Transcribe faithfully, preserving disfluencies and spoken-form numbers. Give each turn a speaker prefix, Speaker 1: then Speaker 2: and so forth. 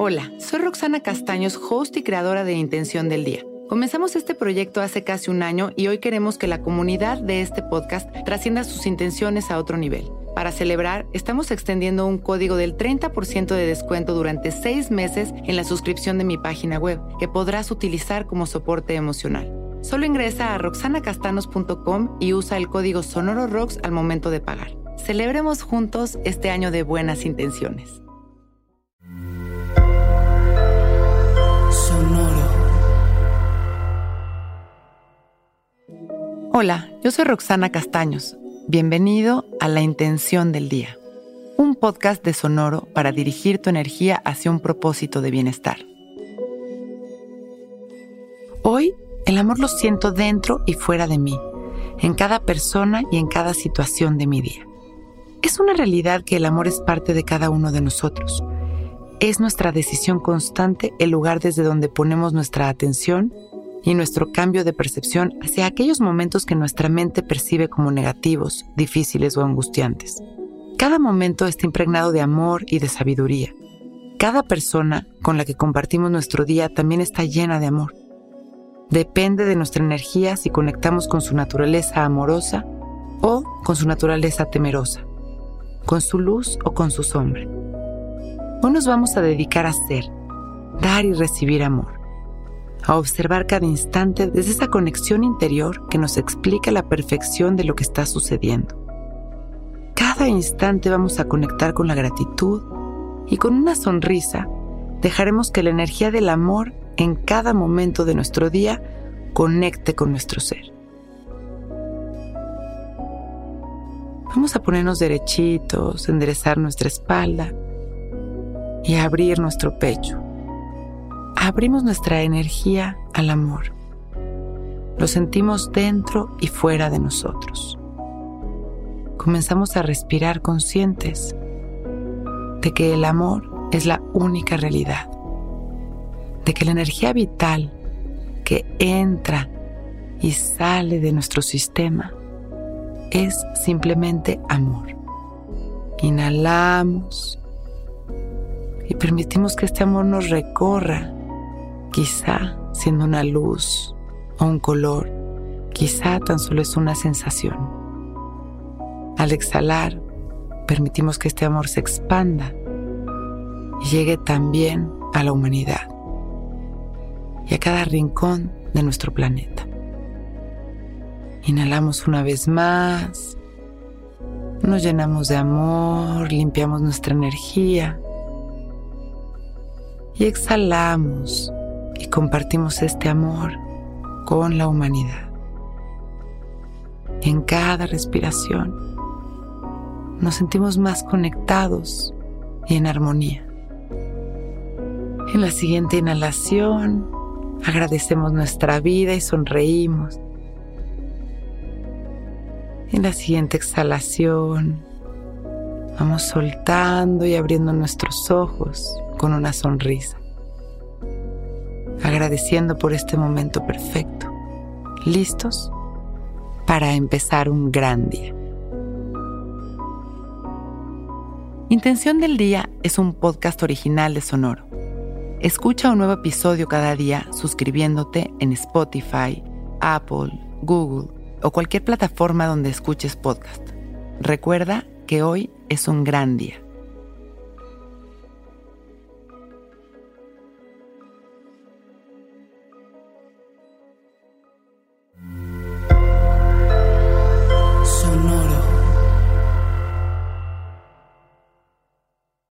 Speaker 1: Hola, soy Roxana Castaños, host y creadora de Intención del Día. Comenzamos este proyecto hace casi un año y hoy queremos que la comunidad de este podcast trascienda sus intenciones a otro nivel. Para celebrar, estamos extendiendo un código del treinta por ciento de descuento durante seis meses en la suscripción de mi página web, que podrás utilizar como soporte emocional. Solo ingresa a roxana castanos punto com y usa el código SONOROROX al momento de pagar. Celebremos juntos este año de buenas intenciones.
Speaker 2: Sonoro.
Speaker 1: Hola, yo soy Roxana Castaños. Bienvenido a La Intención del Día, un podcast de Sonoro para dirigir tu energía hacia un propósito de bienestar. Hoy, el amor lo siento dentro y fuera de mí, en cada persona y en cada situación de mi día. Es una realidad que el amor es parte de cada uno de nosotros. Es nuestra decisión constante el lugar desde donde ponemos nuestra atención y nuestro cambio de percepción hacia aquellos momentos que nuestra mente percibe como negativos, difíciles o angustiantes. Cada momento está impregnado de amor y de sabiduría. Cada persona con la que compartimos nuestro día también está llena de amor. Depende de nuestra energía si conectamos con su naturaleza amorosa o con su naturaleza temerosa, con su luz o con su sombra. Hoy nos vamos a dedicar a ser, dar y recibir amor, a observar cada instante desde esa conexión interior que nos explica la perfección de lo que está sucediendo. Cada instante vamos a conectar con la gratitud y con una sonrisa dejaremos que la energía del amor en cada momento de nuestro día conecte con nuestro ser. Vamos a ponernos derechitos, enderezar nuestra espalda y abrir nuestro pecho. Abrimos nuestra energía al amor. Lo sentimos dentro y fuera de nosotros. Comenzamos a respirar conscientes de que el amor es la única realidad, de que la energía vital que entra y sale de nuestro sistema es simplemente amor. Inhalamos y permitimos que este amor nos recorra, quizá siendo una luz o un color, quizá tan solo es una sensación. Al exhalar, permitimos que este amor se expanda y llegue también a la humanidad y a cada rincón de nuestro planeta. Inhalamos una vez más, nos llenamos de amor, limpiamos nuestra energía y exhalamos y compartimos este amor con la humanidad. En cada respiración nos sentimos más conectados y en armonía. En la siguiente inhalación agradecemos nuestra vida y sonreímos. En la siguiente exhalación vamos soltando y abriendo nuestros ojos con una sonrisa, agradeciendo por este momento perfecto, listos para empezar un gran día. Intención del Día es un podcast original de Sonoro. Escucha un nuevo episodio cada día suscribiéndote en Spotify, Apple, Google o cualquier plataforma donde escuches podcast. Recuerda que hoy es un gran día.